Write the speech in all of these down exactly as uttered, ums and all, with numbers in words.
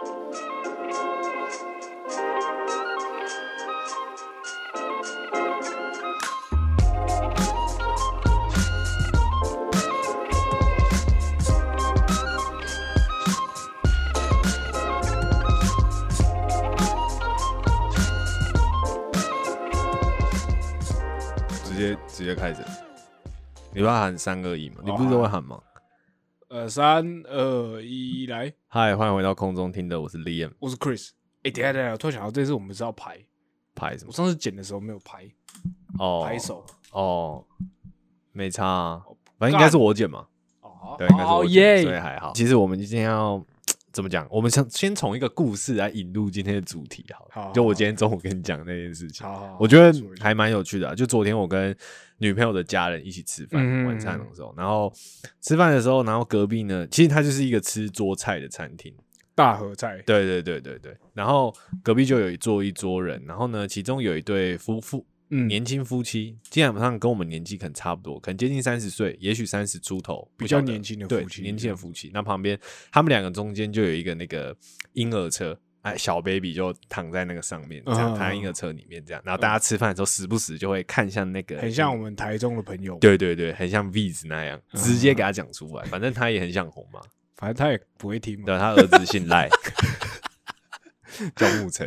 直接直接开始，你不要喊三二一嘛？你不是都会喊吗？ 呃，三二一，来！ 嗨，欢迎回到空中听的，我是 Liam， 我是 Chris。哎、欸，等一下等一下，我突然想到，这次我们是要拍拍什么？ 我上次剪的时候没有拍， 哦， 拍手哦，没差、啊，反正应该是我剪嘛。 哦， 对，应该是我剪， 哦、 所以还好。其实我们今天要怎么讲？我们先先从一个故事来引入今天的主题好了。 好好就我今天中午跟你讲那件事情， 好好好我觉得还蛮有趣的、啊。就昨天我跟女朋友的家人一起吃饭、 嗯、 晚餐的时候，然后吃饭的时候，然后隔壁呢，其实它就是一个吃桌菜的餐厅。 大合菜， 对对对对对，然后隔壁就有一坐一桌人，然后呢，其中有一对夫妇，嗯，年轻夫妻，基本上跟我们年纪可能差不多，可能接近三十岁，也许三十出头， 比较年轻的夫妻， 对，年轻的夫妻。那旁边他们两个中间就有一个那个婴儿车，哎，小 baby 就躺在那个上面，这样、嗯、躺在婴儿车里面这样，然后大家吃饭的时候时不时就会看向那个， 很像我们台中的朋友， 对对对，很像 Viz 那样，直接给他讲出来，反正他也很想红嘛。 反正他也不会听嘛。 对，他儿子姓赖，叫木成。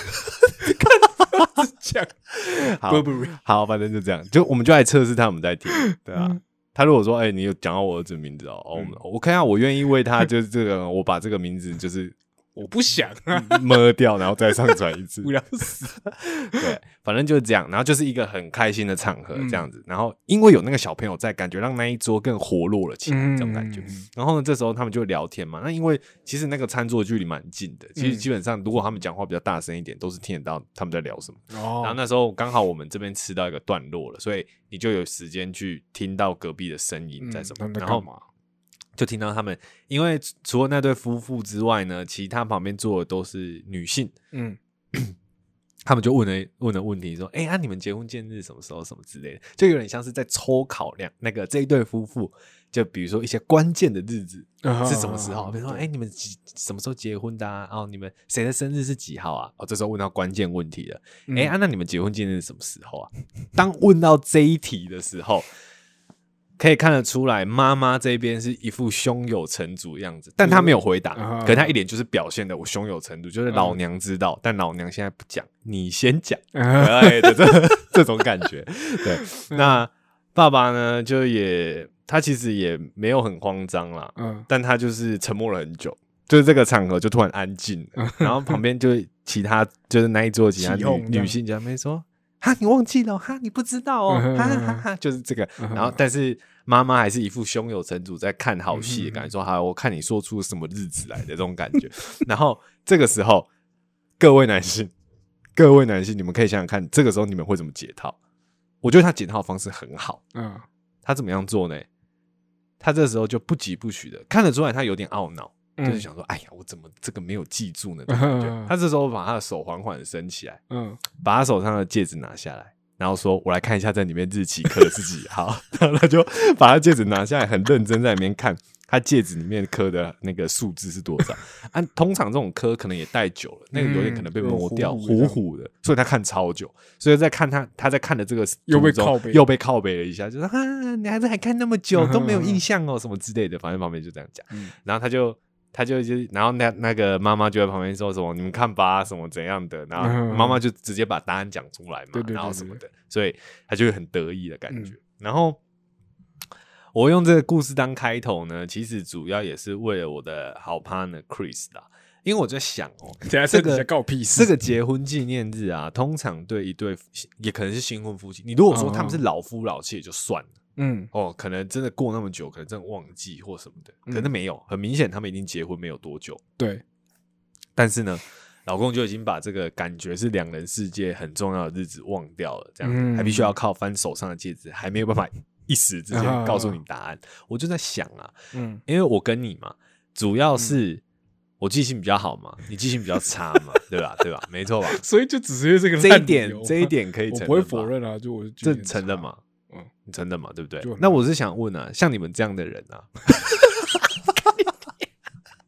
看讲， 好，好，反正就这样，就我们就来测试他有没有在听，对啊。嗯、他如果说，哎、欸，你有讲到我儿子名字哦，哦、嗯，我看下，我愿意为他就是这个，我把这个名字就是。 我不想啊， 摸掉，然后再上传一次， 无聊死。 对，反正就是这样，然后就是一个很开心的场合这样子，嗯、然后因为有那个小朋友在，感觉让那一桌更活络了起来，嗯、这种感觉。然后呢，这时候他们就聊天嘛，那因为其实那个餐桌距离蛮近的，其实基本上如果他们讲话比较大声一点，都是听得到他们在聊什么。哦、然后那时候刚好我们这边吃到一个段落了，所以你就有时间去听到隔壁的声音在什么，嗯、然后。就听到他们，因为除了那对夫妇之外呢，其他旁边坐的都是女性。嗯，他们就问了问了问题，说：“哎、欸，啊，你们结婚纪念日什么时候？什么之类的，就有点像是在抽考量那个这一对夫妇，就比如说一些关键的日子是什么时候？比如说，哎、欸，你们什么时候结婚的啊？哦，你们谁的生日是几号啊？哦，这时候问到关键问题了。哎、欸，啊，那你们结婚纪念日什么时候啊？当问到这一题的时候。”可以看得出来，妈妈这边是一副胸有成竹的样子，但她没有回答，嗯、可是她一脸就是表现的我胸有成竹，就是老娘知道，嗯、但老娘现在不讲，你先讲，可爱的这这种感觉。对，那爸爸呢，就也他其实也没有很慌张啦，嗯、但他就是沉默了很久，就是这个场合就突然安静了，嗯、然后旁边就其他就是那一桌其他 女, 女性姐妹说。哈，你忘记了、哦、哈，你不知道哦，哈哈哈哈，就是这个。然后，但是妈妈还是一副胸有成竹在看好戏的感觉，说：“好，我看你说出什么日子来的这种感觉。”然后这个时候，各位男性，各位男性，你们可以想想看，这个时候你们会怎么解套？我觉得他解套的方式很好。嗯，他怎么样做呢？他这时候就不疾不徐的，看得出来他有点懊恼。就是想说，哎呀，我怎么这个没有记住呢？感觉他这时候把他的手缓缓的伸起来，嗯，把他手上的戒指拿下来，然后说：“我来看一下在里面日期刻的是几号。”然后他就把他戒指拿下来，很认真在里面看他戒指里面刻的那个数字是多少。啊，通常这种刻可能也戴久了，那个有点可能被磨掉，嗯、糊糊的，所以他看超久。所以在看他他在看的这个又被靠背， 又被靠背了一下，就说：“啊，你还是还看那么久都没有印象哦，什么之类的。”反正旁边就这样讲，嗯、然后他就。他就就然后那那个妈妈就在旁边说什么你们看吧什么怎样的，然后妈妈就直接把答案讲出来嘛， 对对对对然后什么的，所以他就很得意的感觉。嗯、然后我用这个故事当开头呢，其实主要也是为了我的好 partner Chris 啦，因为我在想哦， 这个这个结婚纪念日啊，通常对一对也可能是新婚夫妻，你如果说他们是老夫老妻也就算了。嗯，哦，可能真的过那么久，可能真的忘记或什么的，可能没有，很明显他们已经结婚没有多久。 对， 但是呢，老公就已经把这个感觉是两人世界很重要的日子忘掉了，这样、嗯、还必须要靠翻手上的戒指，还没有办法一时之间告诉你答案。啊、我就在想啊，嗯，因为我跟你嘛，主要是。嗯我记性比较好嘛，你记性比较差嘛，对吧？对吧？没错吧？ 所以就只是这个这一点，这一点可以承认， 我不会否认啊，就我这承认嘛，嗯，你承认嘛，对不对？那我是想问啊，像你们这样的人啊，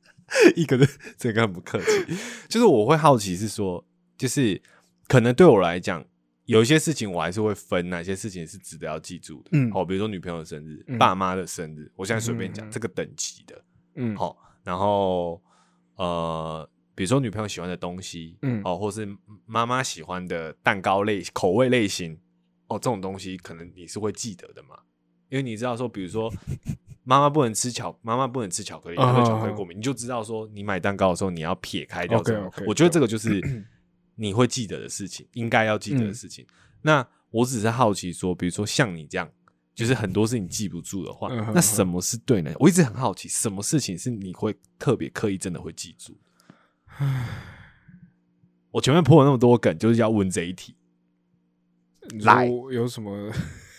一个是这个很不客气，就是我会好奇是说，就是可能对我来讲，有一些事情我还是会分哪些事情是值得要记住的。嗯，好，比如说女朋友的生日、嗯、爸妈的生日，我现在随便讲、嗯、这个等级的。嗯，好，然后呃，比如说女朋友喜欢的东西，嗯，哦，或是妈妈喜欢的蛋糕类口味类型，哦，这种东西可能你是会记得的嘛？因为你知道说，比如说妈妈不能吃巧，妈妈不能吃巧克力，她对巧克力过敏， uh, 你就知道说，你买蛋糕的时候你要撇开掉什么。Okay, okay, 我觉得这个就是你会记得的事情，应该要记得的事情。嗯、那我只是好奇说，比如说像你这样，就是很多事情记不住的话， uh, 那什么是对呢？我一直很好奇，什么事情是你会特别刻意真的会记住？我前面破了那么多梗，就是要问这一题。 来，有什么？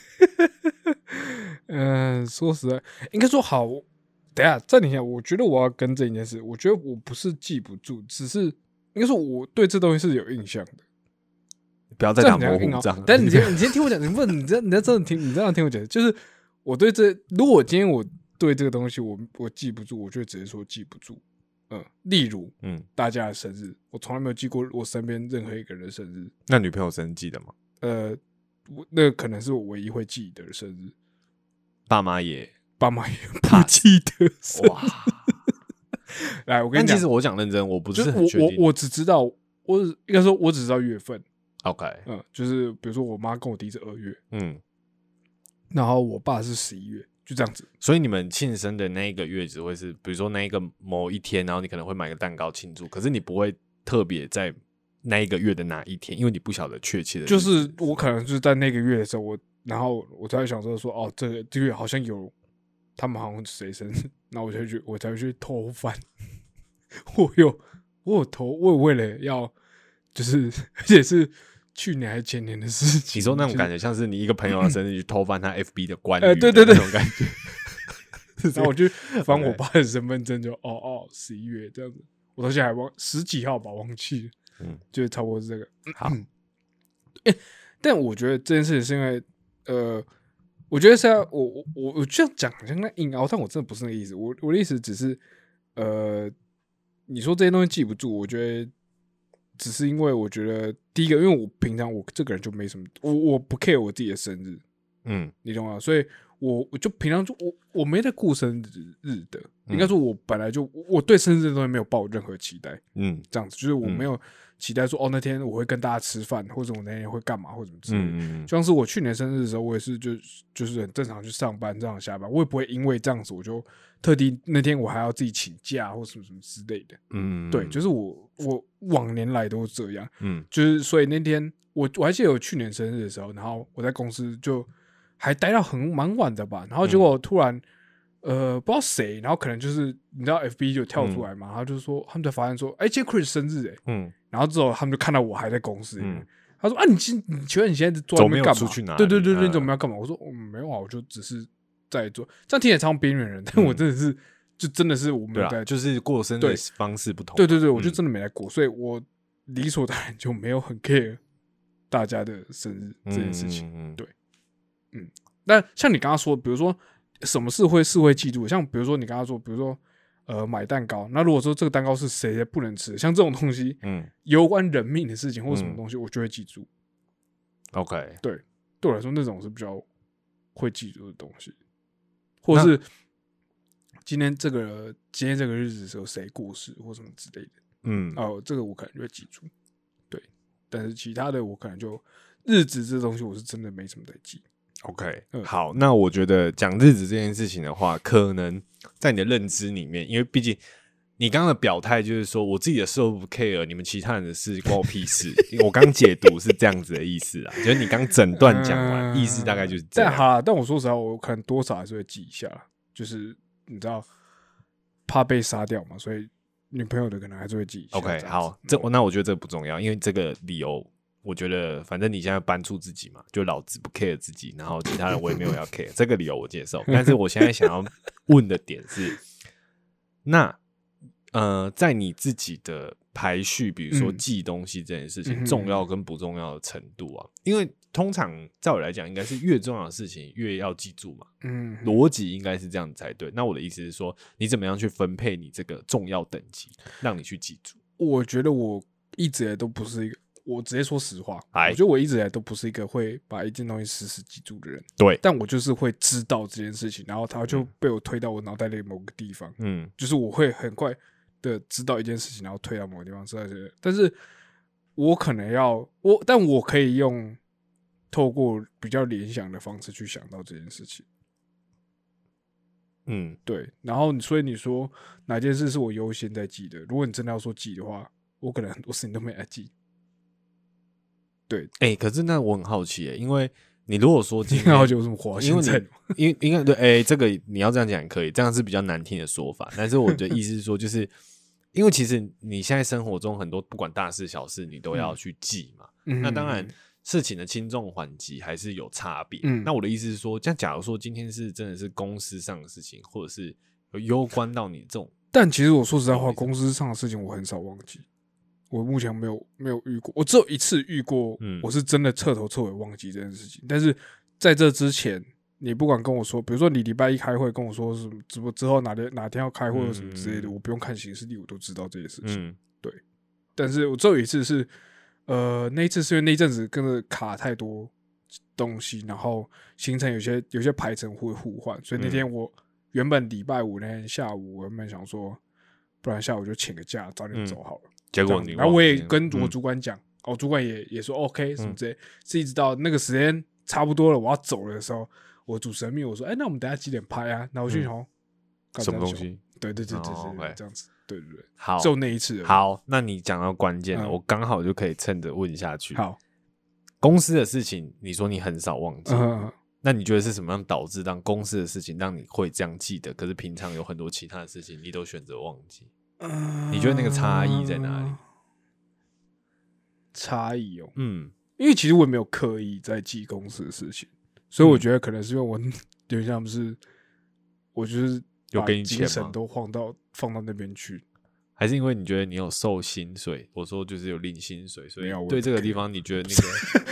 嗯、呃，说实在，应该说好。等一下暂停一下，我觉得我要更正一件事。我觉得我不是记不住，只是应该说我对这东西是有印象的。 不要再打模糊仗。 但你先，你先听我讲，你不，你这，你这真的听，你这样听我讲，就是我对这，如果我今天我对这个东西我我记不住，我就只是说记不住。嗯，例如，嗯，大家的生日，我从来没有记过我身边任何一个人的生日。 那女朋友生日记得吗？ 呃，那可能是我唯一会记得的生日。 爸妈也， 爸妈也不记得生日。哇！来，我跟你讲， 但其实我讲认真，我不是很确定。 我我我只知道，我应该说，我只知道月份。 OK， 嗯，就是比如说，我妈跟我弟是二月，嗯，然后我爸是十一月，就这样子。 所以你们庆生的那一个月只会是，比如说那一个某一天，然后你可能会买个蛋糕庆祝，可是你不会特别在那一个月的哪一天，因为你不晓得确切的。 就是我可能就是在那个月的时候，我然后我才会想说说，哦，这个这个月好像有他们好像谁生日，然后我才去我才会去偷翻。我有我有偷，我有为了要就是而且是去年还是前年的事情。 你说那种感觉像是你一个朋友的生日去偷翻他 F B 的关于、 呃、对对对， 那种感觉。 然后我去翻我爸的身份证，就哦哦十一月这样子，我到现在还忘十几号吧，忘记了。嗯，就差不多是这个。 好， 欸，但我觉得这件事情是因为，呃，我觉得是要我我我我这样讲好像在硬凹，但我真的不是那个意思。我我的意思只是，呃，你说这些东西记不住，我觉得只是因为我觉得第一个，因为我平常我这个人就没什么，我我不 care 我自己的生日，嗯，你懂吗？所以我我就平常就我我没在过生日日的，应该说我本来就我对生日的东西没有抱任何期待，嗯，这样子就是我没有期待说、嗯、哦那天我会跟大家吃饭，或者我那天会干嘛或者什么之类的。嗯嗯嗯，就像是我去年生日的时候，我也是就就是很正常去上班，正常下班，我也不会因为这样子我就特地那天我还要自己请假或什么什么之类的。嗯，对，就是我我往年来都是这样。嗯，就是所以那天我我还记得我去年生日的时候，然后我在公司就还待到很蛮晚的吧，然后结果突然。嗯呃，不知道谁，然后可能就是你知道 F B 就跳出来嘛，嗯、他就说他们才发现说，哎、欸，今天 Chris 生日哎，嗯，然后之后他们就看到我还在公司，嗯，他说啊，你今你请问你现在坐在那边干嘛？ 出去哪里？ 对对对对，你怎么要干嘛？我说嗯，没有啊，我就只是在做，这样听起来超边缘人，但我真的是、嗯、就真的是我没有在， 就是过生日的方式不同， 对对对，我就真的没来过，嗯、所以我理所当然就没有很 care 大家的生日这件事情，嗯、对，嗯，那像你刚刚说，比如说。什么事会是会记住？像比如说你刚刚说，比如说呃买蛋糕，那如果说这个蛋糕是谁不能吃，像这种东西，嗯，有关人命的事情或什么东西，我就会记住。 OK， 对，对我来说那种是比较会记住的东西，或者是今天这个今天这个日子的时候谁过世或什么之类的，嗯，哦，这个我可能就会记住。对，但是其他的我可能就日子这东西我是真的没什么在记。 OK， 好，那我觉得讲日子这件事情的话，可能在你的认知里面，因为毕竟你刚刚的表态就是说我自己的事不 care， 你们其他人的事关我屁事。我刚解读是这样子的意思啊，就是你刚整段讲完，意思大概就是这样。 但好啦，但我说实话，我可能多少还是会记一下，就是你知道怕被杀掉嘛，所以女朋友的可能还是会记一下。 OK， 好，这那我觉得这个不重要，因为这个理由。我觉得反正你现在搬出自己嘛，就老子不 care 自己，然后其他人我也没有要 care， 这个理由我接受。但是我现在想要问的点是，那呃，在你自己的排序，比如说记东西这件事情，嗯、重要跟不重要的程度啊，因为通常在我来讲，应该是越重要的事情越要记住嘛。 嗯， 逻辑应该是这样才对。那我的意思是说，你怎么样去分配你这个重要等级，让你去记住？ 我觉得我一直也都不是一个，我直接说实话， 哎我觉得我一直以来都不是一个会把一件东西死死记住的人。 对， 但我就是会知道这件事情，然后它就被我推到我脑袋里某个地方。 嗯， 就是我会很快的知道一件事情，然后推到某个地方知道这些。但是我可能要我，但我可以用透过比较联想的方式去想到这件事情。 嗯， 对。然后所以你说哪件事是我优先在记的？如果你真的要说记的话，我可能很多事情都没来记。对， 哎、欸，可是那我很好奇耶，因为你如果说今天很好奇有什么花因为现在你，因为应该对，哎、欸，这个你要这样讲也可以，这样是比较难听的说法。但是我的意思是说，就是因为其实你现在生活中很多不管大事小事，你都要去记嘛。 嗯、 那当然，事情的轻重缓急还是有差别。 嗯， 那我的意思是说，像假如说今天是真的是公司上的事情，或者是有攸关到你这种， 但其实我说实在话，公司上的事情我很少忘记。我目前没有没有遇过，我只有一次遇过，我是真的彻头彻尾忘记这件事情。嗯、但是在这之前，你不管跟我说，比如说你礼拜一开会跟我说什么，之之后哪天哪天要开会或什么之类的，嗯、我不用看行事历，我都知道这些事情。嗯、对，但是我只有一次是，呃，那一次是因为那一阵子跟着卡太多东西，然后行程有些有些排程会互换，所以那天我原本礼拜五那天下午，我原本想说，不然下午就请个假，早点走好了。嗯结果你， 然后我也跟我主管讲，嗯、哦，主管也也说 OK 什么之类，嗯、是一直到那个时间差不多了，我要走了的时候，我主持人密我说，哎、欸，那我们等一下几点拍啊？然后我就想， 嗯、什么东西？ 对对对对对， 哦 okay、 这样子，对对对， 好， 就那一次。 好，那你讲到关键了，嗯、我刚好就可以趁着问下去。 好， 公司的事情，你说你很少忘记， 嗯、 那你觉得是什么样导致让公司的事情让你会这样记得？可是平常有很多其他的事情，你都选择忘记？嗯、你觉得那个差异在哪里？ 差异哦， 嗯， 因为其实我也没有刻意在记公司的事情，所以我觉得可能是因为我有点像是，我就是有给你精神都放到放到那边去， 还是因为你觉得你有收薪水？我说就是有领薪水，所以对这个地方你觉得那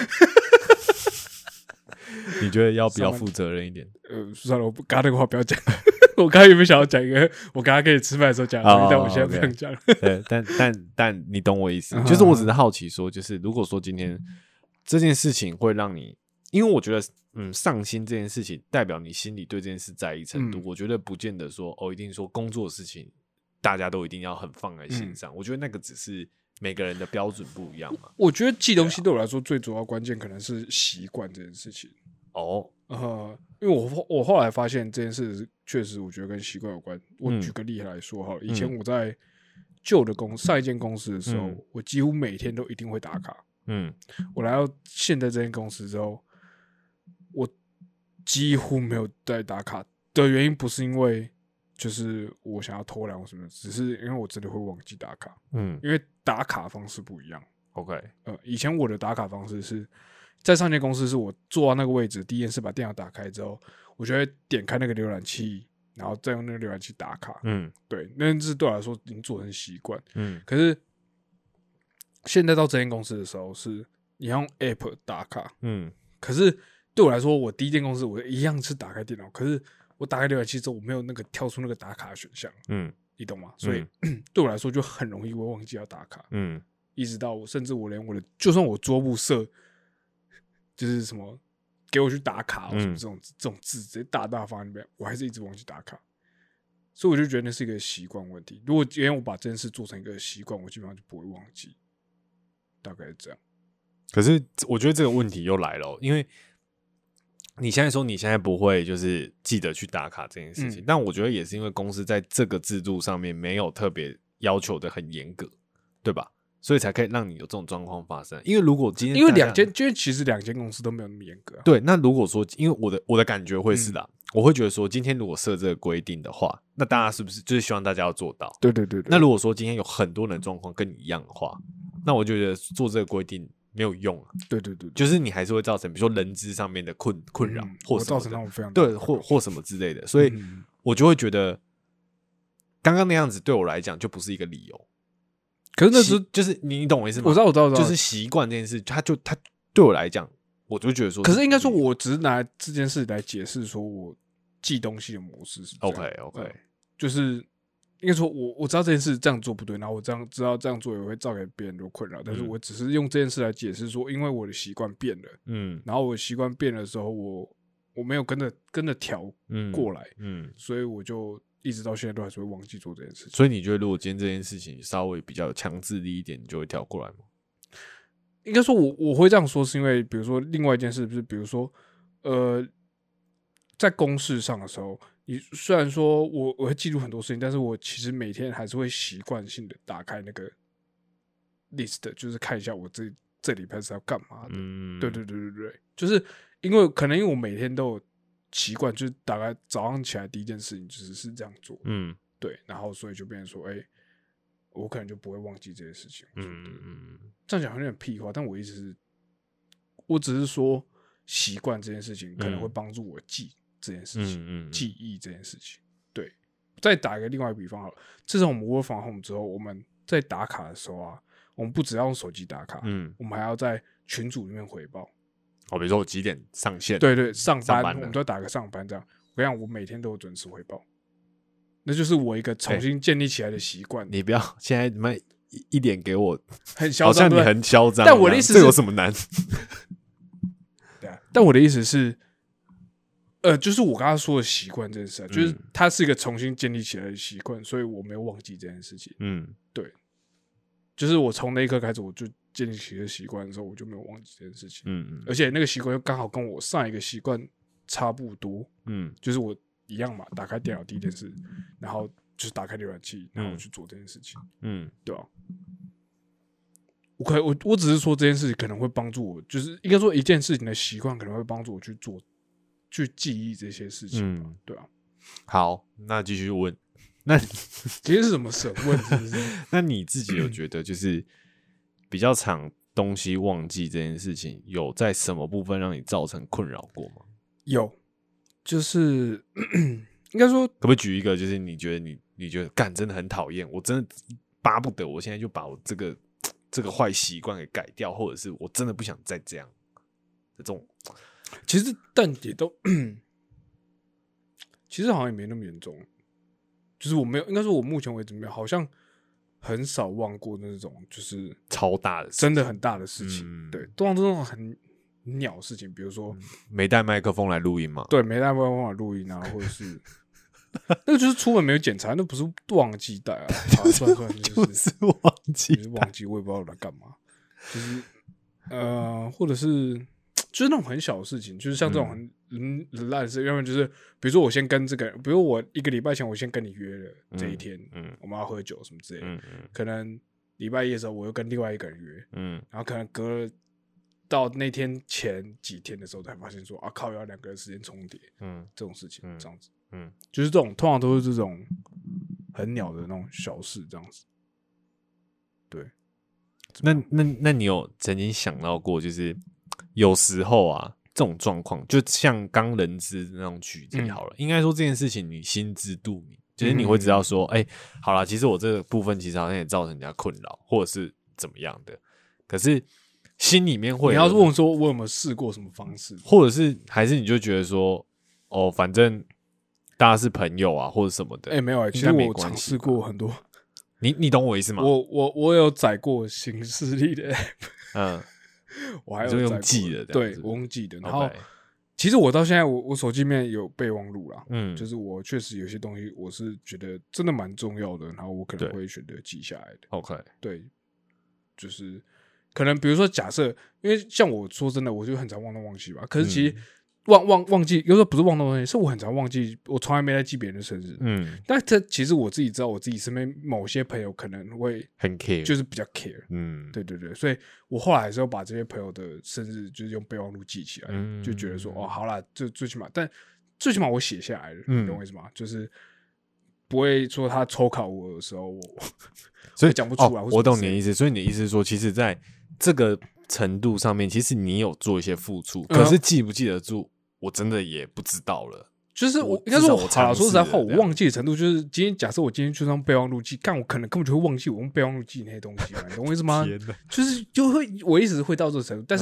个，你觉得要比较负责任一点？ 呃，算了，我不刚刚那个话不要讲。我刚刚有没有想要讲一个我刚刚跟你吃饭的时候讲的， oh, 但我现在不想讲了。 对，但但但你懂我意思，就是我只是好奇说，就是如果说今天这件事情会让你，因为我觉得，嗯，上心这件事情代表你心里对这件事在意程度，嗯、我觉得不见得说哦，一定说工作的事情大家都一定要很放在心上。嗯、我觉得那个只是每个人的标准不一样嘛。 我觉得记东西对我来说最主要关键可能是习惯这件事情。 哦。 呃，因为我我后来发现这件事确实，我觉得跟习惯有关。我举个例子来说好了，嗯、以前我在旧的公上一间公司的时候，嗯、我几乎每天都一定会打卡。嗯，我来到现在这间公司之后，我几乎没有在打卡的原因，不是因为就是我想要偷懒或什么，只是因为我真的会忘记打卡。嗯，因为打卡方式不一样。 OK， 呃，以前我的打卡方式是。在上间公司是我坐到那个位置，第一件事把电脑打开之后，我就会点开那个浏览器，然后再用那个浏览器打卡。嗯，对，那件事对我来说已经做成习惯。嗯，可是现在到这间公司的时候，是你要用 App 打卡。嗯，可是对我来说，我第一间公司我一样是打开电脑，可是我打开浏览器之后，我没有那个跳出那个打卡的选项。嗯，你懂吗？所以、嗯、对我来说就很容易会忘记要打卡。嗯，一直到我甚至我连我的，就算我桌布设。就是什么给我去打卡，什么这种、嗯、这种字直接大大放在那边，我还是一直忘记打卡，所以我就觉得那是一个习惯问题。如果今天我把这件事做成一个习惯，我基本上就不会忘记，大概是这样。 可是我觉得这个问题又来了，因为你现在说你现在不会就是记得去打卡这件事情，嗯、但我觉得也是因为公司在这个制度上面没有特别要求的很严格，对吧？所以才可以让你有这种状况发生。因为如果今天因为两间，因为其实两间公司都没有那么严格、啊。 对，那如果说，因为我的我的感觉会是的、啊，嗯、我会觉得说，今天如果设这个规定的话，那大家是不是就是希望大家要做到？ 对对 对, 对。 那如果说今天有很多人的状况跟你一样的话，那我就觉得做这个规定没有用、啊。 对对 对, 对， 就是你还是会造成，比如说人资上面的困困扰、嗯，或什么造成他们非常对，或或什么之类的，所以我就会觉得，刚刚那样子对我来讲就不是一个理由。 可是那是就是你懂我意思吗？ 我知道，我知道， 就是习惯这件事，他就他对我来讲， 我就觉得说， 可是应该说，我只是拿这件事来解释说我记东西的模式是 OK OK，、 嗯、就是应该说我我知道这件事这样做不对，然后我这样知道这样做也会造给别人多困扰，但是我只是用这件事来解释说，因为我的习惯变了，嗯，然后我习惯变了之后，我我没有跟着跟着调过来，嗯，嗯所以我就一直到现在都还是会忘记做这件事情。 所以你觉得，如果今天这件事情稍微比较有强制力一点，你就会调过来吗？ 应该说我，我我会这样说，是因为比如说另外一件事，就是比如说，呃，在公事上的时候，你虽然说我我会记录很多事情，但是我其实每天还是会习惯性的打开那个 list， 就是看一下我这这礼拜是要干嘛的。嗯，对对对对对，就是因为可能因为我每天都有习惯，就是大概早上起来第一件事情就是是这样做。嗯，对，然后所以就变成说，哎、欸。我可能就不会忘记这些事情。嗯嗯，这样讲有点屁话，但我意思是，我只是说习惯这件事情可能会帮助我记这件事情，嗯嗯、记忆这件事情。对，再打一个另外一个比方好了，自从我们 work from home 之后，我们在打卡的时候啊，我们不只要用手机打卡，嗯，我们还要在群组里面回报。 哦，比如说我几点上线？ 对对，上班, 上班我们都要打个上班这样。我跟你讲，我每天都有准时回报。那就是我一个重新建立起来的习惯、欸。 你不要现在慢一点给我， 很嚣张， 好像你很嚣张。 但我的意思是， 这有什么难？ 对啊，但我的意思是，呃，就是我刚刚说的习惯这件事、啊，就是它是一个重新建立起来的习惯，所以我没有忘记这件事情。嗯，对，就是我从那一刻开始，我就建立起这个习惯的时候，我就没有忘记这件事情。嗯嗯，而且那个习惯又刚好跟我上一个习惯差不多。嗯，就是我。一样嘛，打开电脑第一件事，然后就是打开浏览器，然后去做这件事情，嗯，对吧、啊？我可我我只是说这件事情可能会帮助我，就是应该说一件事情的习惯可能会帮助我去做，去记忆这些事情，嗯，对啊。 好，那继续问，那今天是什么审问？是不是？ 那你自己有觉得就是比较常东西忘记这件事情，有在什么部分让你造成困扰过吗？ 有。就是应该说， 可不可以举一个？就是你觉得你你觉得干真的很讨厌，我真的巴不得我现在就把我这个这个坏习惯给改掉，或者是我真的不想再这样的这种。 其实但也都，其实好像也没那么严重。就是我没有，应该说我目前为止没有，好像很少忘过那种就是超大的、 真的很大的事情。嗯、对，通常都是那种很。鸟事情，比如说、嗯、 没带麦克风来录音嘛？ 对，没带麦克风来录音啊，或者是那个就是出门没有检查，那不是忘记带啊，啊算算就是、 就是忘记， 就是忘记，我也不知道我在干嘛，就是呃，或者是就是那种很小的事情，就是像这种很很很烂的事，要不然就是比如说我先跟这个人，比如我一个礼拜前我先跟你约了这一天，嗯，嗯我们要喝酒什么之类的，嗯嗯，可能礼拜一的时候我又跟另外一个人约，嗯，然后可能隔了。到那天前几天的时候，才发现说啊靠，要两个人时间重叠，嗯，这种事情，嗯、这样子，嗯，就是这种通常都是这种很鸟的那种小事，这样子。对， 那那那你有曾经想到过，就是有时候啊，这种状况，就像刚人资那种举例好了，嗯、应该说这件事情你心知肚明，就是你会知道说，哎、嗯欸，好啦，其实我这个部分其实好像也造成人家困扰，或者是怎么样的，可是。心里面会， 你要是问我说我有没有试过什么方式， 或者是还是你就觉得说，哦，反正大家是朋友啊，或者什么的。 哎、欸，没有、欸，其实我尝试过很多。 你你懂我意思吗？ 我我我有载过行事历的 app， 嗯， 我还有就用记的， 对，我用记的。然后， okay. 其实我到现在我我手机里面有备忘录啦，嗯，就是我确实有些东西我是觉得真的蛮重要的，然后我可能会选择记下来的。 OK， 对，就是。可能比如说，假设，因为像我说真的，我就很常忘东忘西吧。可是其实忘忘忘记，有时候不是忘东忘西，是我很常忘记，我从来没在记别人的生日。嗯，但这其实我自己知道，我自己身边某些朋友可能会很 care， 就是比较 care。嗯，对对对，所以我后来还是要把这些朋友的生日就是用备忘录记起来，嗯、就觉得说哦，好啦，就最起码，但最起码我写下来了，嗯、你懂我意思吗？就是不会说他抽考我的时候，我所以讲不出来、 哦。我懂你的意思，所以你的意思是说，其实在这个程度上面，其实你有做一些付出，可是记不记得住，我真的也不知道了。 就是我应该说，我好了，说实在话，我忘记的程度就是，今天假设我今天就用备忘录记，干我可能根本就会忘记我用备忘录记那些东西嘛，你懂我意思吗？就是就会我一直会到这个程度，但是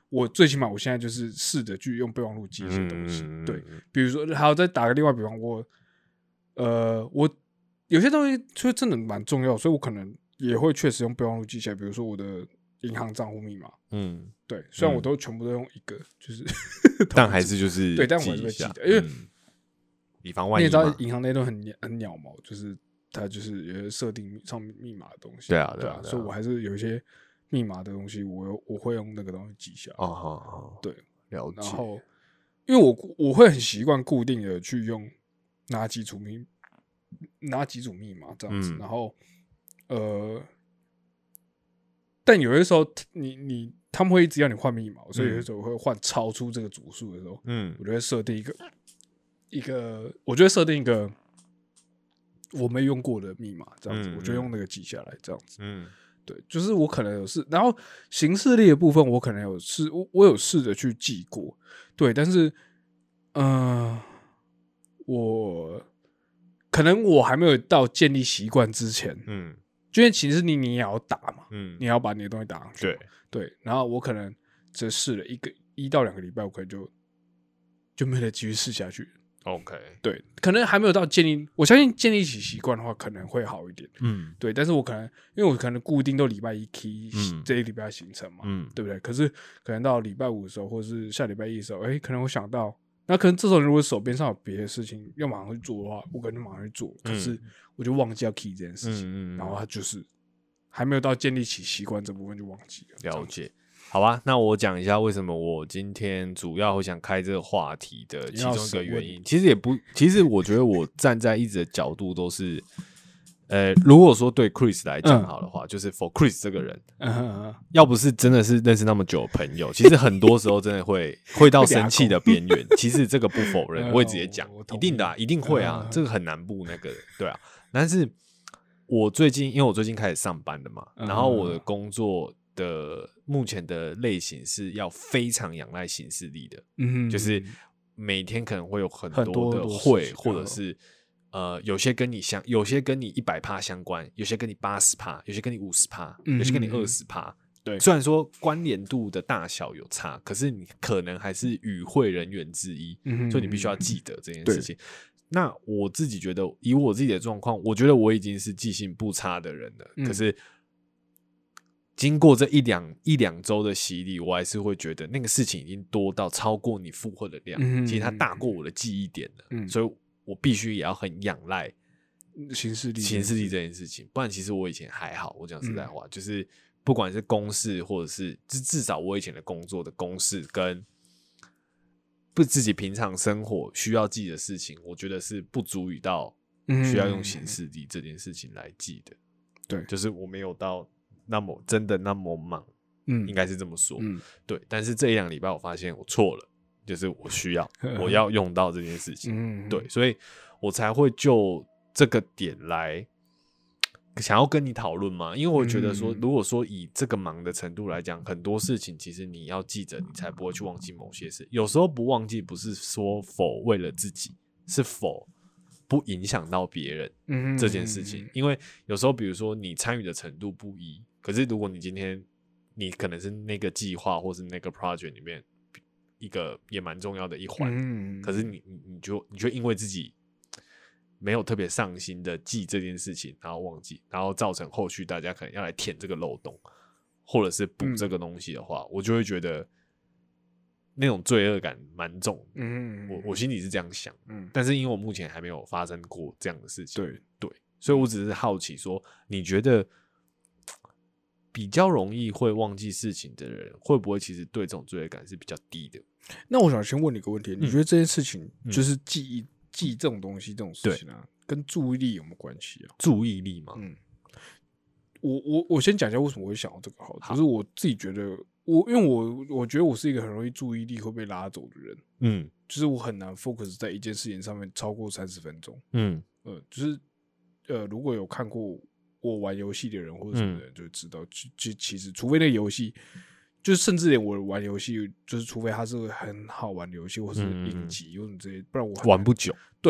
我最起码我现在就是试着去用备忘录记一些东西， 嗯、 对，比如说还有再打个另外比方，我呃我有些东西就真的蛮重要，所以我可能也会确实用备忘录记起来，比如说我的银行账户密码，嗯，对，虽然我都全部都用一个，就是， 但还是就是对，但我还是会记得，因为。 嗯以防万一， 你也知道银行那都很很鸟毛，就是它就是有些设定上密码的东西。 对啊， 对啊，所以我还是有一些密码的东西，我有我会用那个东西记下来。 哦，好好， 对， 了解。 然后，因为我我会很习惯固定的去用哪几组密哪几组密码这样子，嗯、然后呃，但有些时候你你他们会一直要你换密码，所以有些时候会换超出这个组数的时候，嗯，我就会设定一个。一个，我觉得设定一个我没用过的密码，这样子，嗯、我就用那个记下来，这样子。嗯，对，就是我可能有试，然后行事历的部分，我可能有试，我我有试着去记过，对，但是，嗯、呃，我可能我还没有到建立习惯之前，嗯，因为其实你你也要打嘛，嗯，你要把你的东西打上去，对对，然后我可能只试了一个一到两个礼拜，我可能就就没得继续试下去。 OK， 对，可能还没有到建立，我相信建立起习惯的话，可能会好一点。嗯，对，但是我可能因为我可能固定都礼拜一 key、嗯、这一礼拜行程嘛，嗯，对不对？可是可能到礼拜五的时候，或者是下礼拜一的时候，哎，可能我想到，那可能这时候如果手边上有别的事情要马上去做的话，我可能就马上去做，可是我就忘记要 key 这件事情，嗯嗯、然后他就是还没有到建立起习惯这部分就忘记了。 了解。好吧，那我讲一下为什么我今天主要会想开这个话题的其中一个原因。其实也不，其实我觉得我站在一直的角度都是，呃，如果说对 Chris 来讲好的话，嗯、就是 for Chris 这个人，嗯、要不是真的是认识那么久的朋友，其实很多时候真的会会到生气的边缘。其实这个不否认，我也直接讲，一定的、啊，一定会啊，嗯、这个很难不那个，对啊。但是我最近，因为我最近开始上班了嘛，嗯、然后我的工作的目前的类型是要非常仰赖行事历的，嗯，就是每天可能会有很多的会，或者是呃，有些跟你相，有些跟你一百趴相关，有些跟你八十趴，有些跟你五十趴，有些跟你二十趴。对，虽然说关联度的大小有差，可是你可能还是与会人员之一，嗯、所以你必须要记得这件事情。那我自己觉得，以我自己的状况，我觉得我已经是记性不差的人了，嗯、可是。经过这一两一两周的洗礼，我还是会觉得那个事情已经多到超过你负荷的量，嗯、其实它大过我的记忆点了，嗯、所以我必须也要很仰赖行事历行事历这件事情。不然，其实我以前还好，我讲实在话，嗯、就是不管是公事或者是至少我以前的工作的公事跟不自己平常生活需要记的事情，我觉得是不足以到需要用行事历这件事情来记的。 对， 就是我没有到。那么真的那么忙，嗯，应该是这么说，嗯，对。但是这一两礼拜我发现我错了，就是我需要我要用到这件事情，嗯，对，所以我才会就这个点来想要跟你讨论嘛。因为我觉得说，如果说以这个忙的程度来讲，很多事情其实你要记着，你才不会去忘记某些事。有时候不忘记不是说否为了自己，是否不影响到别人这件事情。因为有时候比如说你参与的程度不一。可是，如果你今天你可能是那个计划或是那个 project 里面一个也蛮重要的一环，嗯、可是你你你就你就因为自己没有特别上心的记这件事情，然后忘记，然后造成后续大家可能要来填这个漏洞，或者是补这个东西的话，嗯、我就会觉得那种罪恶感蛮重。嗯，我我心里是这样想，嗯，但是因为我目前还没有发生过这样的事情，对对，所以我只是好奇说，你觉得？比较容易会忘记事情的人，会不会其实对这种罪恶感是比较低的？ 那我想先问你一个问题：嗯、你觉得这件事情就是记忆、嗯、记这种东西，这种事情啊，跟注意力有没有关系啊？ 注意力吗？ 嗯，我我我先讲一下为什么我会想到这个好，就是我自己觉得，我因为我我觉得我是一个很容易注意力会被拉走的人，嗯，就是我很难 focus 在一件事情上面超过三十分钟，嗯呃，就是呃，如果有看过。我玩游戏的人或者什么的人就知道，嗯、就其实除非那个游戏，就是甚至连我玩游戏，就是除非它是很好玩的游戏，或是影集，或者这些，不然我玩不久。 对，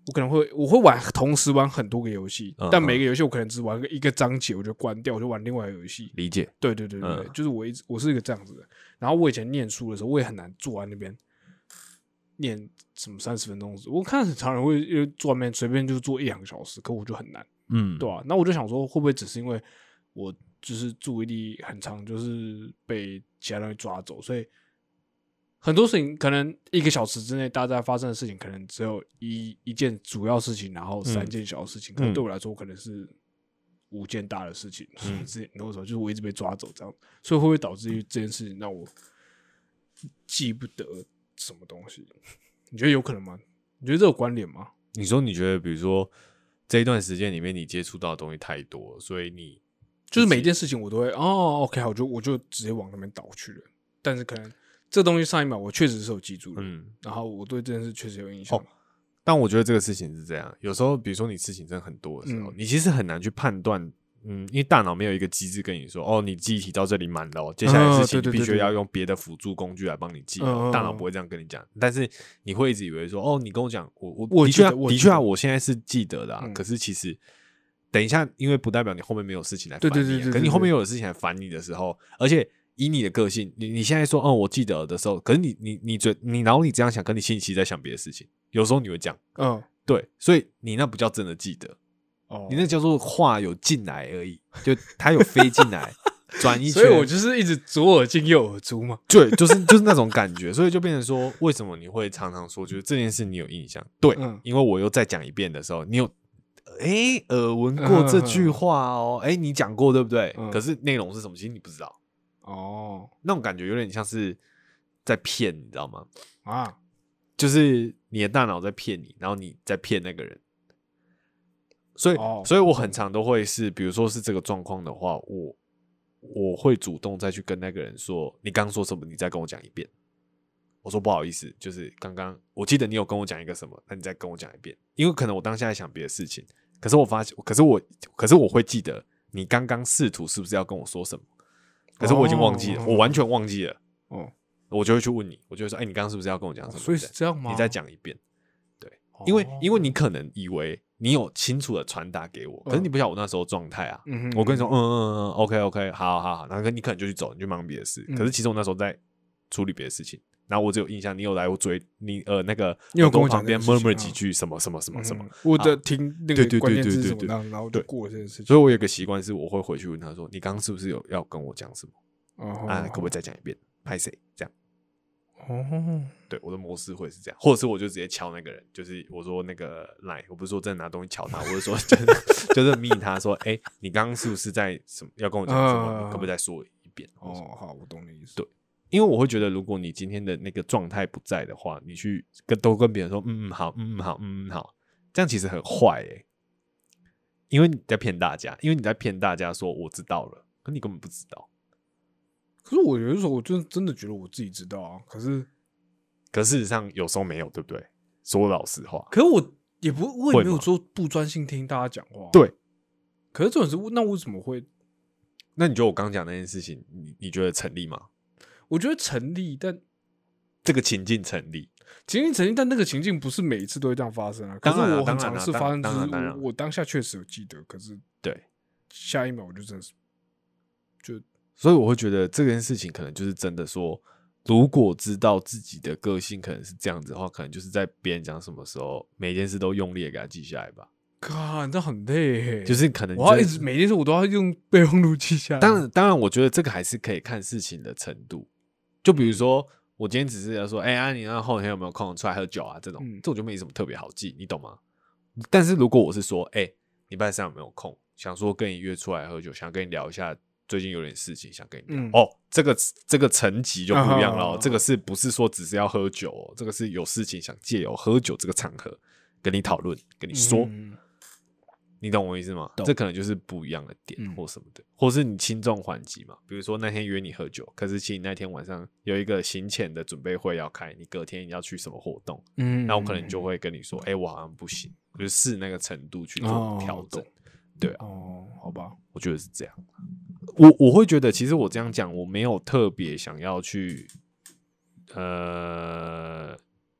我可能会我会玩同时玩很多个游戏， 嗯、 但每个游戏我可能只玩个一个章节，我就关掉，我就玩另外一个游戏。 理解。 对对对对，嗯、就是我一直我是一个这样子的。然后我以前念书的时候，我也很难坐在那边念什么三十分钟。我看很常人会坐在那边随便就坐一两个小时，可我就很难。嗯，对吧、啊？那我就想说，会不会只是因为我就是注意力很长，就是被其他东西抓走，所以。很多事情可能一个小时之内，大家发生的事情可能只有一一件主要事情，然后三件小的事情。嗯、可能对我来说，可能是五件大的事情。嗯，之前那时候就是我一直被抓走这样，所以会不会导致于这件事情让我记不得什么东西？你觉得有可能吗？你觉得这有关联吗？ 你说你觉得，比如说这一段时间里面，你接触到的东西太多，所以你就是每件事情我都会哦 ，OK， 我就我就直接往那边倒去了，但是可能。这东西上一秒我确实是有记住的，嗯，然后我对这件事确实有印象。哦， 但我觉得这个事情是这样，有时候比如说你事情真的很多的时候，嗯、你其实很难去判断，嗯，因为大脑没有一个机制跟你说，哦，你记忆体到这里满了、哦，接下来的事情你必须要用别的辅助工具来帮你记、哦，大脑不会这样跟你讲，但是你会一直以为说，哦，你跟我讲，我我的确的确啊，我现在是记得的啊，嗯、可是其实等一下，因为不代表你后面没有事情来烦你、啊，对对对对对对，可是你后面有事情来烦你的时候，而且。以你的个性，你你现在说，哦，我记得的时候，可是你你你嘴你脑里这样想，可你心里其实在想別的事情，有时候你会讲，嗯，对，所以你那不叫真的记得，哦，你那叫做话有进来而已，就它有飞进来，转一圈， 所以我就是一直左耳进右耳出嘛， 对，就是就是那种感觉，所以就变成说，为什么你会常常说，就是这件事你有印象，对，嗯、因为我又再讲一遍的时候，你有。哎，耳闻过这句话哦，哎、嗯，你讲过对不对？嗯、可是内容是什么，其实你不知道。哦，那种感觉有点像是在骗，你知道吗？啊，就是你的大脑在骗你，然后你在骗那个人。所以，哦、所以我很常都会是，比如说是这个状况的话，我我会主动再去跟那个人说，你刚刚说什么？你再跟我讲一遍。我说不好意思，就是刚刚我记得你有跟我讲一个什么，那你再跟我讲一遍，因为可能我当下在想别的事情，可是我发现，可是我，可是我会记得你刚刚试图是不是要跟我说什么。可是我已经忘记了，哦、我完全忘记了。哦，我就会去问你，我就会说，哎、欸，你刚刚是不是要跟我讲什么？ 哦、所以是这样吗？ 你再讲一遍。对，哦、因为因为你可能以为你有清楚的传达给我，可是你不晓得我那时候状态啊。嗯、我跟你说，嗯嗯嗯 ，OK OK， 好好好，然后你可能就去走，你去忙别的事。嗯、可是其实我那时候在处理别的事情，然后我只有印象，你有来我追你呃那个， 你有跟我旁边 murmur 几句什么什么什么什么， 我的听那个关键字是什么，然后就过了这件事情。 所以我有个习惯是，我会回去问他说，你刚刚是不是有要跟我讲什么？哦、啊，可不可以再讲一遍？拍谁这样？哦，对，我的模式会是这样，或者是我就直接敲那个人，就是我说那个来，我不是说真的拿东西敲他，我是说就是就是密他说，哎、欸，你刚刚是不是在什么要跟我讲什么？呃、你可不可以再说一遍？ 哦，好，我懂你意思。 对，因为我会觉得，如果你今天的那个状态不在的话，你去跟都跟别人说，嗯嗯好，嗯嗯好，嗯嗯好，这样其实很坏哎、欸，因为你在骗大家，因为你在骗大家说我知道了，可你根本不知道。 可是我有的时候，我就真的觉得我自己知道啊。可是， 可事实上有时候没有，对不对？说老实话， 可是我也不，我也没有说不专心听大家讲话。 对。 可是这种是，那为什么会？ 那你觉得我刚讲那件事情，你你觉得成立吗？ 我觉得成立，但这个情境成立， 情境成立，但那个情境不是每一次都会这样发生啊。可是我很常是发生，就是我我当下确实有记得，可是对下一秒我就真的是就。 所以我会觉得这件事情可能就是真的说，如果知道自己的个性可能是这样子的话，可能就是在别人讲什么时候，每件事都用力的给他记下来吧。 靠，这很累， 就是可能我要一直每件事我都要用备忘录记下来。 当然，当然，我觉得这个还是可以看事情的程度。就比如说，我今天只是要说，哎、欸、啊，你那后天有没有空出来喝酒啊？这种，嗯、这种就没什么特别好记，你懂吗？但是如果我是说，哎、欸，礼拜三有没有空？想说跟你约出来喝酒，想跟你聊一下。最近有点事情想跟你聊、嗯、哦，这个这个层级就不一样了、哦啊。这个是不是说只是要喝酒、哦？这个是有事情想借由喝酒这个场合跟你讨论，跟你说、嗯，你懂我意思吗？这可能就是不一样的点或什么的，嗯、或是你轻重缓急嘛。比如说那天约你喝酒，可是其实那天晚上有一个行前的准备会要开，你隔天要去什么活动，嗯，那我可能就会跟你说，哎、欸，我好像不行，就是视那个程度去做调整。哦对啊， 哦，好吧， 我觉得是这样。我我会觉得，其实我这样讲，我没有特别想要去，呃，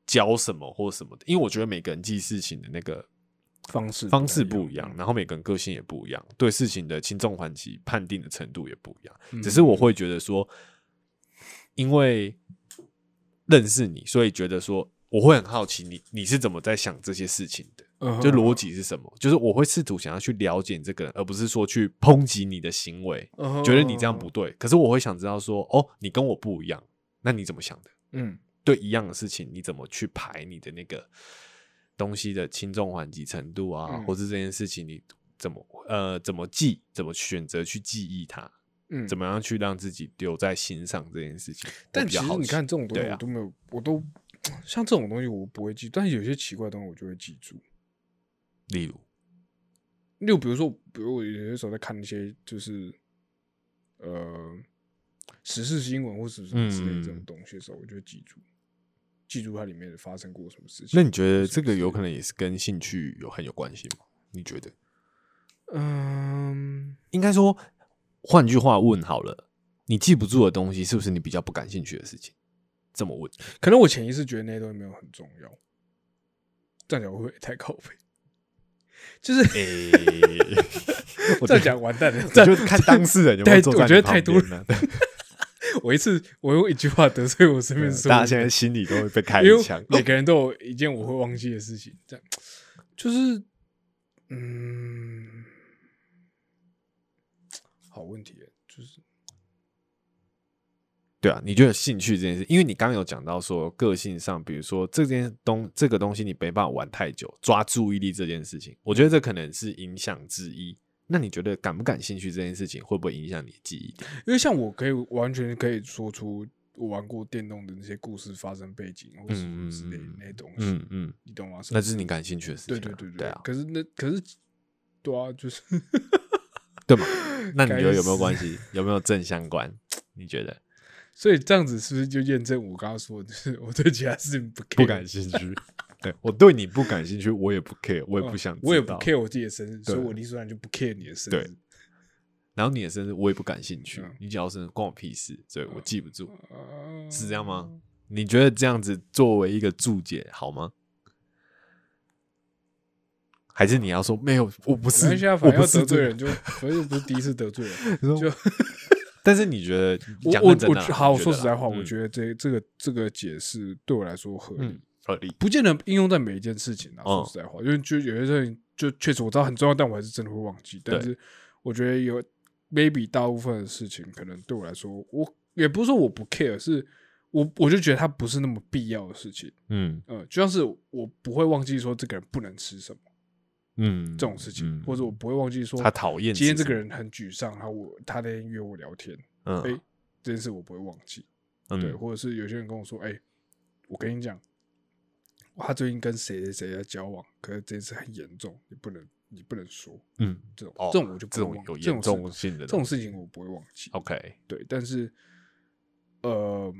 教什么或什么的，因为我觉得每个人记事情的那个方式方式不一样，然后每个人个性也不一样，对事情的轻重缓急判定的程度也不一样。嗯、只是我会觉得说，因为认识你，所以觉得说我会很好奇你你是怎么在想这些事情的，嗯、就逻辑是什么？就是我会试图想要去了解你这个人，而不是说去抨击你的行为，嗯、觉得你这样不对。可是我会想知道说，哦，你跟我不一样，那你怎么想的？嗯。对一样的事情，你怎么去排你的那个东西的轻重缓急程度啊？嗯、或是这件事情你怎么呃怎么记，怎么选择去记忆它？嗯，怎么样去让自己留在心上这件事情？ 但其实你看这种东西，我都没有，啊、我都像这种东西我不会记，但是有些奇怪的东西我就会记住。 例如， 例如比如说，比如我有些时候在看一些就是呃时事新闻或是什么之类的这种东西的时候，嗯、我就会记住。记住它里面发生过什么事情。 那你觉得这个有可能也是跟兴趣有很有关系吗？你觉得？嗯，应该说，换句话问好了，你记不住的东西，是不是你比较不感兴趣的事情？这么问， 可能我潜意识觉得那些东西没有很重要，这样讲会不会太靠北？就是，欸、这样讲完蛋了。 我就看当事人有没有坐在你旁边。我觉得太多了。 我一次我用一句话得罪我身边所有人， 大家现在心里都会被开一枪。 每个人都有一件我会忘记的事情，这样就是嗯，好问题，就是对啊，你觉得兴趣这件事，因为你刚刚有讲到说个性上，比如说这件东这个东西你没办法玩太久，抓注意力这件事情，我觉得这可能是影响之一。那你觉得感不感兴趣这件事情会不会影响你的记忆点？ 因为像我可以完全可以说出我玩过电动的那些故事发生背景或者什么之类的那些东西，嗯嗯，你懂吗？ 那是你感兴趣的事情、啊， 对对对 对, 对啊。 可是那可是对啊，就是对嘛？那你觉得有没有关系？有没有正相关？你觉得？ 所以这样子是不是就验证我刚刚说的，就是我对其他事情不 care, 不感兴趣？对，我对你不感兴趣，我也不 care， 我也不想知道、 嗯，我也不 care 我自己的生日，所以我理所当然就不 care 你的生日。 对，然后你的生日我也不感兴趣，嗯、你只要生日关我屁事，所以我记不住，嗯、是这样吗？你觉得这样子作为一个注解好吗？还是你要说没有？我不是， 我不是得罪人，就反正不是第一次得罪人，就。 但是你觉得， 我我我好，我说实在话，嗯、我觉得这这个这个解释对我来说合理。嗯合理， 不见得应用在每一件事情啊。说实在话，因为就有些事情就确实我知道很重要，但我还是真的会忘记。但是我觉得有 maybe 大部分的事情，可能对我来说，我也不是说我不 care， 是我我就觉得它不是那么必要的事情。嗯呃，就像是我不会忘记说这个人不能吃什么，嗯，这种事情，嗯、或者我不会忘记说他讨厌今天这个人很沮丧，然后我他那天约我聊天，嗯，哎、欸，这件事我不会忘记。嗯、对，或者是有些人跟我说，哎、欸，我跟你讲。他最近跟谁谁谁在交往，可是这件事很严重，你不能你不能说，嗯，这种、哦、这种我就不会忘记， 这种有严重性的这种事情我不会忘记。 OK， 对，但是呃，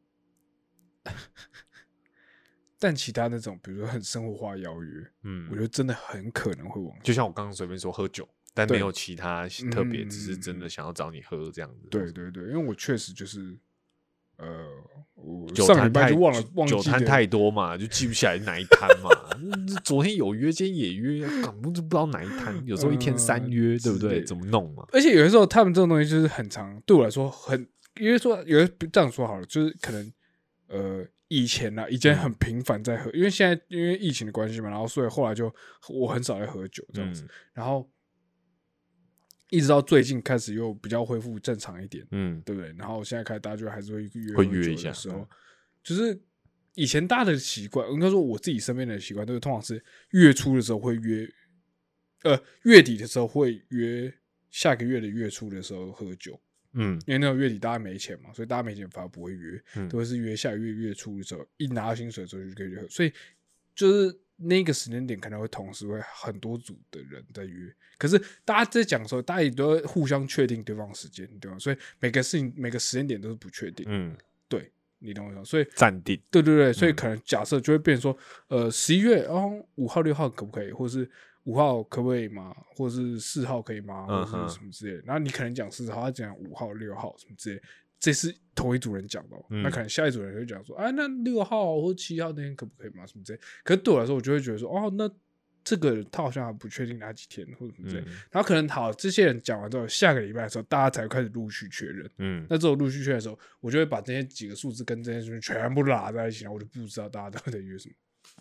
但其他那种比如说很生活化邀约，嗯，我觉得真的很可能会忘记。 就像我刚刚随便说喝酒，但没有其他特别，只是真的想要找你喝这样子。 对对对，因为我确实就是。呃，我酒上礼拜就忘了忘记酒摊太多嘛，就记不起来哪一摊嘛。昨天有约，今天也约，根本就不知道哪一摊。有时候一天三约，呃、对不对？怎么弄嘛？ 而且有的时候他们这种东西就是很长，对我来说很，因为说有的这样说好了，就是可能呃以前啊，以前很频繁在喝，因为现在因为疫情的关系嘛，然后所以后来就我很少在喝酒这样子，嗯、然后。一直到最近开始又比较恢复正常一点，嗯，对不对？然后现在开始大家就还是会约会约一下的时候，就是以前大家的习惯，应该说我自己身边的习惯，都是通常是月初的时候会约，呃，月底的时候会约下个月的月初的时候喝酒，嗯，因为那种月底大家没钱嘛，所以大家没钱反而不会约，嗯、都会是约下个月月初的时候，一拿到薪水的时候就可以喝，所以就是那个时间点可能会同时会很多组的人在约。可是大家在讲的时候，大家也都会互相确定对方的时间，对吧？所以每个事情、每个时间点都是不确定。嗯，对，你懂我意思？所以暂定， 对对对，所以可能假设就会变成说，呃，十一月哦，五号、六号可不可以？或者是五号可不可以吗？或者是四号可以吗？或者是什么之类的。然后你可能讲四号，他讲五号、六号什么之类的。 这是同一组人讲的、哦嗯，那可能下一组人会讲说，哎，那六号或七号那天可不可以嘛？什么之类。可是对我来说，我就会觉得说，哦，那这个他好像还不确定哪几天或者什么之类。嗯、然后可能好，这些人讲完之后，下个礼拜的时候，大家才会开始陆续确认。嗯，那这种陆续确认的时候，我就会把这些几个数字跟这些数字全部拉在一起，然后我就不知道大家到底在约什么。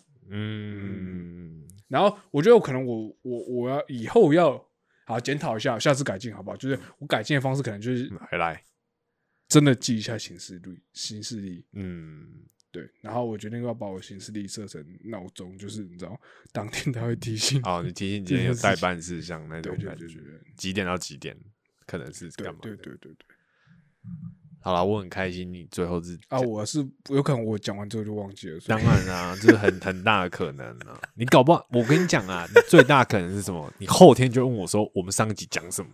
嗯，然后我觉得我可能我我我要以后要好检讨一下，下次改进好不好？就是我改进的方式可能就是回来真的记一下行事历，行事历，嗯，对。然后我决定要把我行事历设成闹钟，就是你知道，当天他会提醒哦，你提醒今天有代办事项那种感觉，几点到几点可能是干嘛？ 对对对对对。 好啦，我很开心你最后是啊，我是有可能我讲完之后就忘记了。 当然啦、啊，这是很很大的可能啊。你搞不好，我跟你讲啊，你最大可能是什么？你后天就问我说，我们上一集讲什么？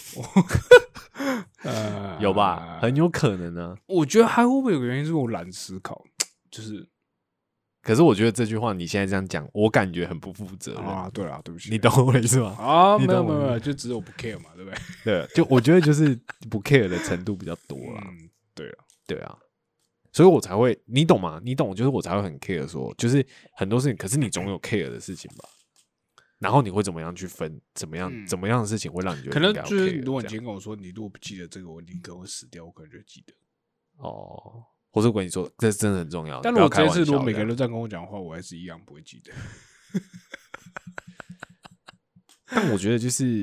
呃，有吧？很有可能啊。 我觉得还会不会有个原因是我懒思考，就是。 可是我觉得这句话你现在这样讲，我感觉很不负责任啊！对啊，对不起， 你懂我的意思吗？ 啊，没有没有没有，就只是我不 care 嘛，对不对？ 对，就我觉得就是不 care 的程度比较多啦。 嗯，对啊， 对啊，所以我才会，你懂吗？你懂，就是我才会很 care 说，就是很多事情，可是你总有 care 的事情吧？然后你会怎么样去分？怎么样？嗯、怎么样的事情会让你觉得可能就是，如果你今天跟我说，你如果不记得这个，我宁可会死掉，我可能就记得。 哦。或者我跟你说，这真的很重要。 但如果这次如果每个人都这样跟我讲话，我还是一样不会记得。 但我觉得就是，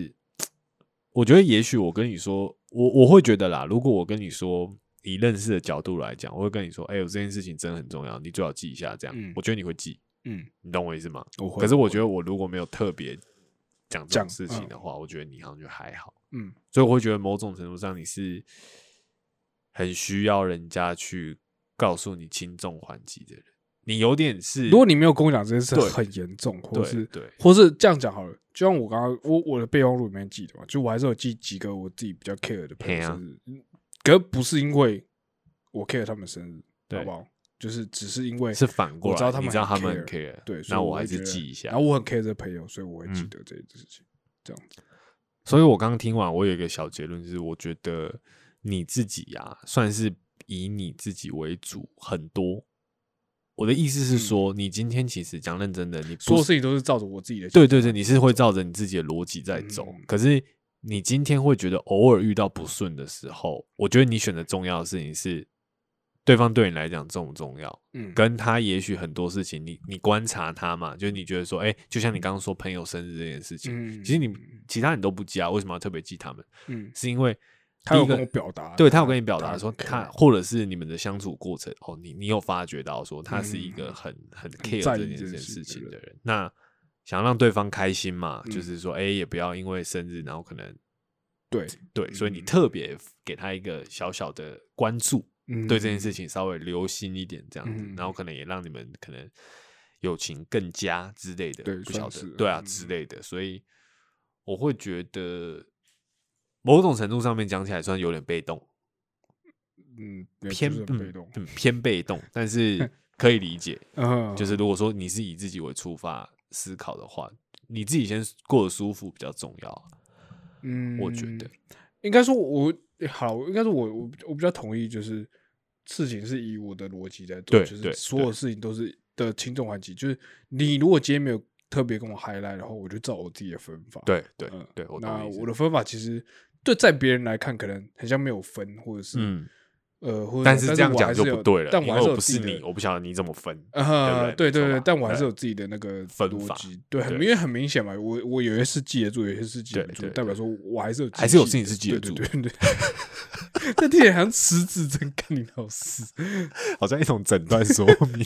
我觉得也许我跟你说，我我会觉得啦，如果我跟你说，以认识的角度来讲，我会跟你说，哎、欸，有这件事情真的很重要，你最好记一下。这样，嗯、我觉得你会记。嗯，你懂我意思吗？ 我会。 可是我觉得我如果没有特别讲这种事情的话，嗯、我觉得你好像就还好。嗯，所以我会觉得某种程度上你是。很需要人家去告诉你轻重缓急的人，你有点是， 如果你没有跟我讲这件事很严重，或是对，或是这样讲好了，就像我刚刚我我的备忘录里面记的嘛，就我还是有记几个我自己比较 care 的朋友生日，啊、可不是因为我 care 他们生日，好不好？就是只是因为是反过来， 我知道他们你知道他们很 care， 对， 那我还是记一下。 然后我很 care 这个朋友，所以我会记得这件事情，嗯、这样子。 所以我刚刚听完，我有一个小结论，就是我觉得你自己呀、啊，算是。以你自己为主很多，我的意思是说，嗯、你今天其实讲认真的，你所有事情都是照着我自己的， 对对对，你是会照着你自己的逻辑在走。嗯、可是你今天会觉得偶尔遇到不顺的时候，我觉得你选择重要的事情是对方对你来讲重不重要？嗯，跟他也许很多事情，你你观察他嘛，就是你觉得说，哎、欸，就像你刚刚说朋友生日这件事情，嗯、其实你其他人都不记啊，为什么要特别记他们？嗯，是因为。 他有跟我表达， 对他有跟你表达说他，或者是你们的相处过程哦，你你有发觉到说他是一个很、嗯、很 care 这件事情的人，那想让对方开心嘛，嗯、就是说，哎、欸，也不要因为生日，然后可能对对，所以你特别给他一个小小的关注，嗯、对这件事情稍微留心一点这样子，嗯、然后可能也让你们可能友情更加之类的， 对， 不晓得， 是对啊、嗯、之类的，所以我会觉得。某种程度上面讲起来算有点被动， 嗯， 偏被动、 嗯，偏被动，但是可以理解。就是如果说你是以自己为出发思考的话，你自己先过得舒服比较重要。嗯，我觉得应该说我，我好，应该说我我我比较同意，就是事情是以我的逻辑在做，就是所有事情都是的轻重缓急。就是你如果今天没有特别跟我 highlight， 然后我就照我自己的分法。 对对、嗯、对，我那我的分法其实。对，在别人来看，可能很像没有分，或者是，嗯、呃，或者但是这样讲就不对了， 但我还是有不是你，我不晓得你怎么分， 呃、对对 对, 对，但我还是有自己的那个分法， 对，很因为很明显嘛，我我有些是记得住，有些是记不住，代表说我还是有还是有事情是记得住， 对对对。这听起来好像失智症，干你老师， 好像一种诊断说明。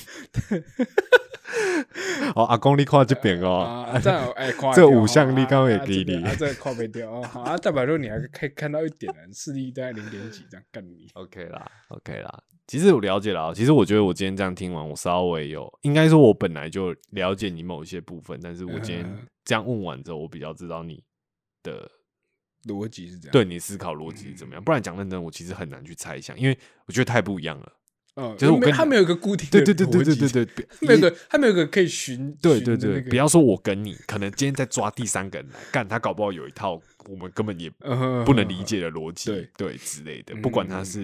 哦，阿公你看这边哦， 啊、这哎， 这五项你刚刚也给你， 啊，这看不掉哦，好啊，代表说你还可以看到一点人视力大概零点几这样干你 ，OK 啦 ，OK 啦。其实我了解了，其实我觉得我今天这样听完，我稍微有，应该说我本来就了解你某一些部分，但是我今天这样问完之后，我比较知道你的逻辑是这样， 对你思考逻辑是怎么样。嗯、不然讲认真，我其实很难去猜想，因为我觉得太不一样了。 嗯， 就是我跟他没有一个固定的， 对对对对对对对， 没有个他没有个可以寻， 对对对，不要说我跟你，可能今天在抓第三个人来干，他搞不好有一套我们根本也不能理解的逻辑，对对之类的，不管他是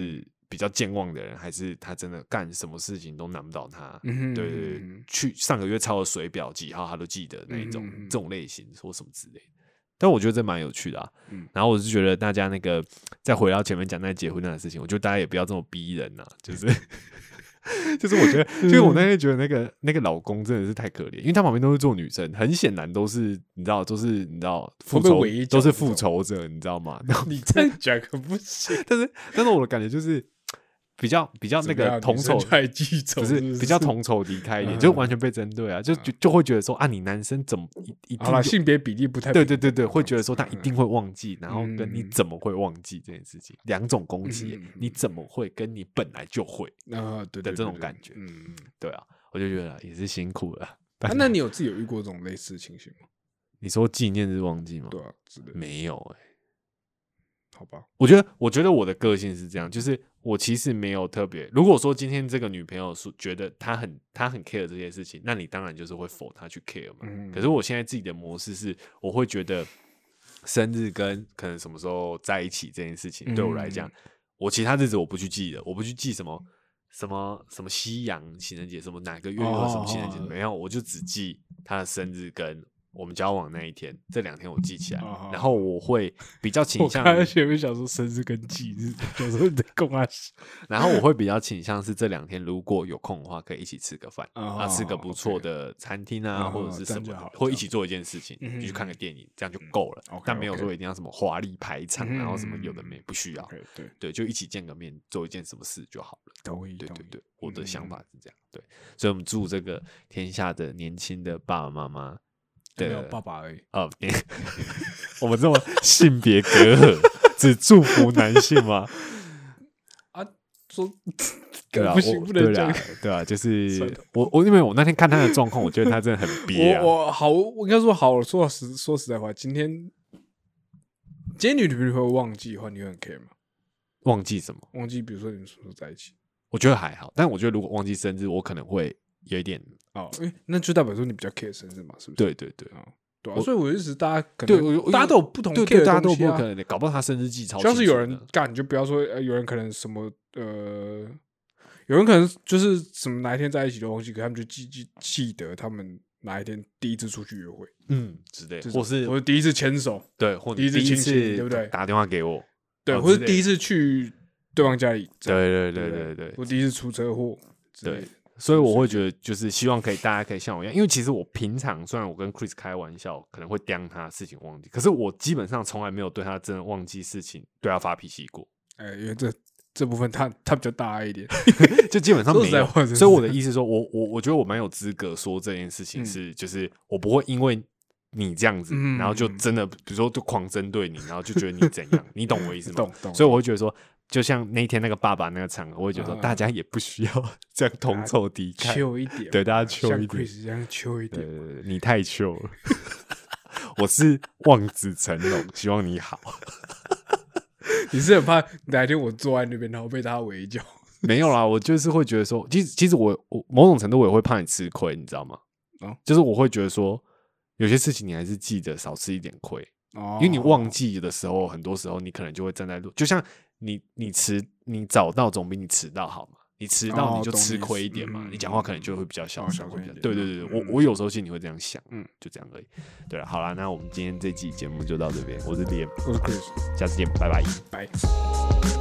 比较健忘的人，还是他真的干什么事情都难不倒他？ 嗯， 对对对，去上个月抄的水表几号他都记得那一种、 嗯、 这种类型或什么之类的。但我觉得这蛮有趣的啊。嗯、然后我是觉得大家那个再回到前面讲那结婚那的事情，我觉得大家也不要这么逼人呐、啊，就是。就是我觉得，就是我那天觉得那个那个老公真的是太可怜，因为他旁边都是做女生，很显然都是你知道，都是你知道复仇，都是复仇者，你知道吗？ 你这样讲可不行。 但是，但是我的感觉就是比较比较那个同仇，不是比较同仇敌忾一点，就完全被针对啊，就就就会觉得说啊，你男生怎么一定好啦，性别比例不太对对对对，会觉得说他一定会忘记，然后跟你怎么会忘记这件事情，两种攻击，你怎么会跟你本来就会啊的这种感觉，嗯，对啊，我就觉得也是辛苦了。 那你有自己有遇过这种类似的情形吗？ 你说纪念日忘记吗？ 对啊， 没有哎。 好吧， 我觉得，我觉得我的个性是这样，就是我其实没有特别。如果说今天这个女朋友是觉得她很她很 care 这些事情，那你当然就是会否她去 care 嘛。嗯、可是我现在自己的模式是，我会觉得生日跟可能什么时候在一起这件事情，对我来讲，嗯、我其他日子我不去记的，我不去记什么什么什么西洋情人节，什么哪个月有什么情人节，没有，我就只记她的生日跟我们交往那一天，这两天我记起来，哦、然后我会比较倾向。 我刚才前面想说生日跟忌日，有时候你在跟我然后我会比较倾向是这两天如果有空的话，可以一起吃个饭，哦、啊，吃个不错的餐厅啊，哦、或者是什么的，或一起做一件事情，嗯、去看个电影，这样就够了。嗯、但没有说一定要什么华丽排场，嗯、然后什么有的没不需要，嗯、对对，就一起见个面，做一件什么事就好了。 对对对对，我的想法是这样。对，所以我们祝这个天下的年轻的爸爸妈妈。 没有爸爸而已哦，我们这么性别隔阂，只祝福男性吗？ 啊，说对啊， 不行，不能讲， 对啊，就是我我因为我那天看他的状况，我觉得他真的很憋啊。 我我好，我应该说好，说实说实在话，今天今天你女朋友忘记的话，你会很 care 吗？ 忘记什么？ 忘记，比如说你们什么时候在一起？ 我觉得还好，但我觉得如果忘记生日，我可能会有一点。 哦，欸、那就代表说你比较 care 生日嘛，是不是？ 对对对， 哦、对啊，所以我一直大家可能大家都有不同 care 的东西、啊、 大家都不可能的，搞不好他生日记超。 像是有人干，就不要说呃，有人可能什么呃，有人可能就是什么哪一天在一起都忘记，可他们就记记记得他们哪一天第一次出去约会， 嗯之类，或是或者第一次牵手， 对，或者第一次亲亲，对不对？ 打电话给我， 对，或者第一次去对方家里， 对对对对对， 或第一次出车祸， 对。所以我会觉得，就是希望可以大家可以像我一样，因为其实我平常虽然我跟 Chris 开玩笑，可能会刁他事情忘记，可是我基本上从来没有对他真的忘记事情，对他发脾气过。 哎、欸，因为这这部分他他比较大一点， 就基本上没有。所以我的意思是说，我我我觉得我蛮有资格说这件事情是，嗯、就是我不会因为你这样子，嗯、然后就真的比如说就狂针对你，然后就觉得你怎样，你懂我意思吗？ 懂懂。 所以我会觉得说。就像那一天那个爸爸那个场合，我会觉得说大家也不需要这样同仇敌忾， 秋一点， 对，大家秋一点， 像 Chris 这样秋一点， 对对对，你太秋了，我是望子成龙，希望你好。 你是很怕哪一天我坐在那边，然后被他围剿？ 没有啦，我就是会觉得说，其实其实我我某种程度我也会怕你吃亏，你知道吗？哦，就是我会觉得说，有些事情你还是记得少吃一点亏，哦，因为你忘记的时候，很多时候你可能就会站在路，就像。你你迟你早到总比你迟到好嘛？你迟到你就吃亏一点嘛，哦、你讲话可能就会比较小声，会比较对对对对，我我有时候心里会这样想，嗯，就这样而已。对了，好啦，那我们今天这期节目就到这边，我是 Liam， 我是 Chris， 下次见，拜拜， 拜。